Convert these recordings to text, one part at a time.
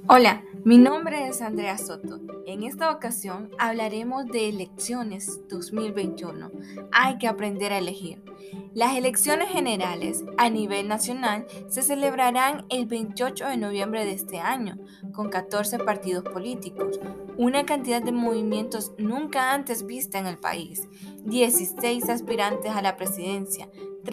Hola, mi nombre es Andrea Soto. En esta ocasión hablaremos de elecciones 2021. Hay que aprender a elegir. Las elecciones generales a nivel nacional se celebrarán el 28 de noviembre de este año, con 14 partidos políticos, una cantidad de movimientos nunca antes vista en el país, 16 aspirantes a la presidencia,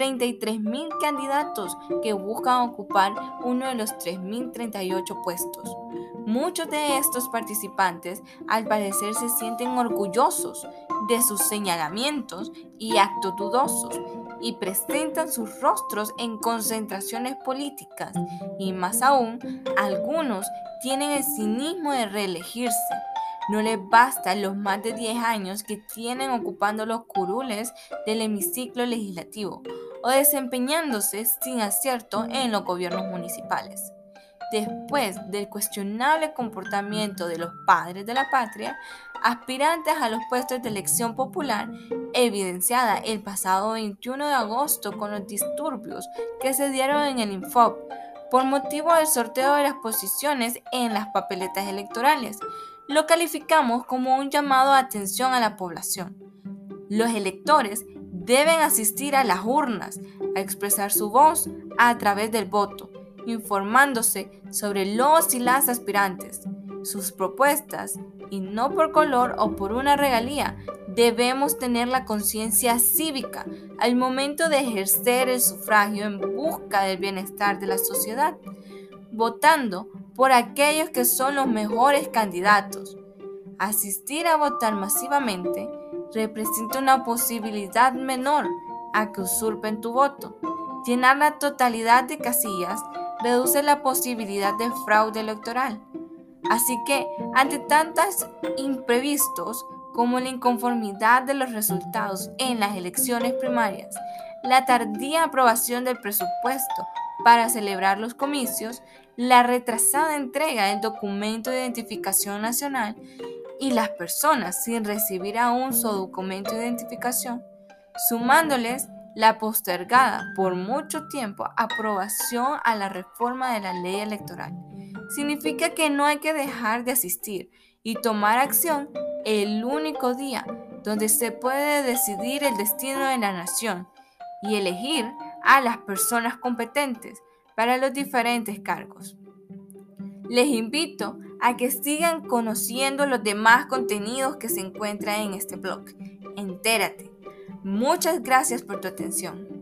33.000 candidatos que buscan ocupar uno de los 3.038 puestos. Muchos de estos participantes al parecer se sienten orgullosos de sus señalamientos y actos dudosos y presentan sus rostros en concentraciones políticas y más aún, algunos tienen el cinismo de reelegirse. No les bastan los más de 10 años que tienen ocupando los curules del hemiciclo legislativo o desempeñándose sin acierto en los gobiernos municipales. Después del cuestionable comportamiento de los padres de la patria, aspirantes a los puestos de elección popular, evidenciada el pasado 21 de agosto con los disturbios que se dieron en el Infop por motivo del sorteo de las posiciones en las papeletas electorales, lo calificamos como un llamado a atención a la población. Los electores deben asistir a las urnas a expresar su voz a través del voto, informándose sobre los y las aspirantes, sus propuestas, y no por color o por una regalía. Debemos tener la conciencia cívica al momento de ejercer el sufragio en busca del bienestar de la sociedad, votando por aquellos que son los mejores candidatos. Asistir a votar masivamente representa una posibilidad menor a que usurpen tu voto. Llenar la totalidad de casillas reduce la posibilidad de fraude electoral. Así que, ante tantos imprevistos como la inconformidad de los resultados en las elecciones primarias, la tardía aprobación del presupuesto para celebrar los comicios, la retrasada entrega del documento de identificación nacional y las personas sin recibir aún su documento de identificación, sumándoles la postergada por mucho tiempo aprobación a la reforma de la ley electoral. Significa que no hay que dejar de asistir y tomar acción el único día donde se puede decidir el destino de la nación y elegir a las personas competentes para los diferentes cargos. Les invito a que sigan conociendo los demás contenidos que se encuentran en este blog. Entérate. Muchas gracias por tu atención.